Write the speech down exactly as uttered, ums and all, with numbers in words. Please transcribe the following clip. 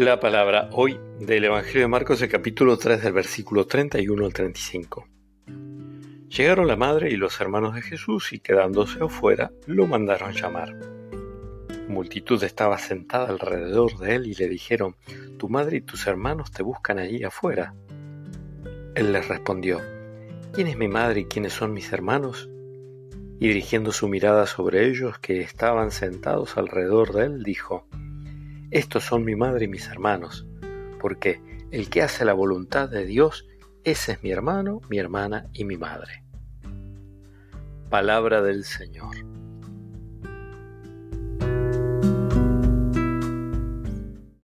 La palabra hoy del Evangelio de Marcos, el capítulo tres, del versículo treinta y uno al treinta y cinco. Llegaron la madre y los hermanos de Jesús y quedándose afuera, lo mandaron llamar. Multitud estaba sentada alrededor de él y le dijeron: «Tu madre y tus hermanos te buscan allí afuera». Él les respondió: «¿Quién es mi madre y quiénes son mis hermanos?». Y dirigiendo su mirada sobre ellos que estaban sentados alrededor de él, dijo: «Estos son mi madre y mis hermanos, porque el que hace la voluntad de Dios, ese es mi hermano, mi hermana y mi madre». Palabra del Señor.